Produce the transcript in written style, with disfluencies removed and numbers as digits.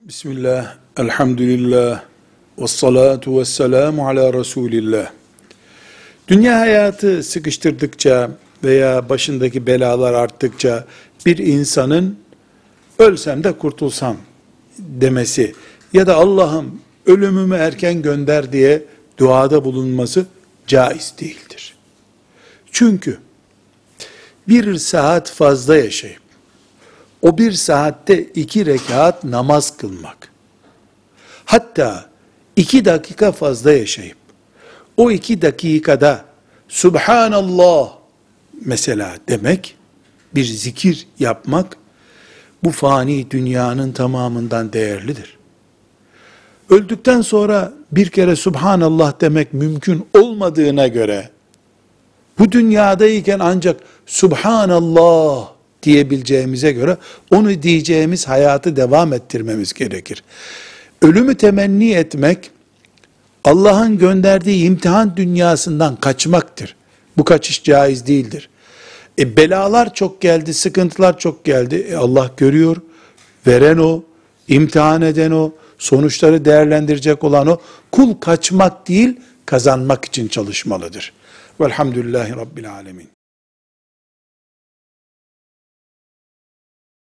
Bismillah, elhamdülillah, ve salatu ve selamu ala Resulillah. Dünya hayatı sıkıştırdıkça veya başındaki belalar arttıkça bir insanın ölsem de kurtulsam demesi ya da Allah'ım ölümümü erken gönder diye duada bulunması caiz değildir. Çünkü bir saat fazla yaşayıp o bir saatte 2 rekat namaz kılmak, hatta 2 dakika fazla yaşayıp, o 2 dakikada Subhanallah mesela demek, bir zikir yapmak, bu fani dünyanın tamamından değerlidir. Öldükten sonra bir kere Subhanallah demek mümkün olmadığına göre, bu dünyadayken ancak Subhanallah diyebileceğimize göre, onu diyeceğimiz hayatı devam ettirmemiz gerekir. Ölümü temenni etmek, Allah'ın gönderdiği imtihan dünyasından kaçmaktır. Bu kaçış caiz değildir. Belalar çok geldi, sıkıntılar çok geldi. Allah görüyor, veren o, imtihan eden o, sonuçları değerlendirecek olan o. Kul kaçmak değil, kazanmak için çalışmalıdır. Velhamdülillahi Rabbil Alemin.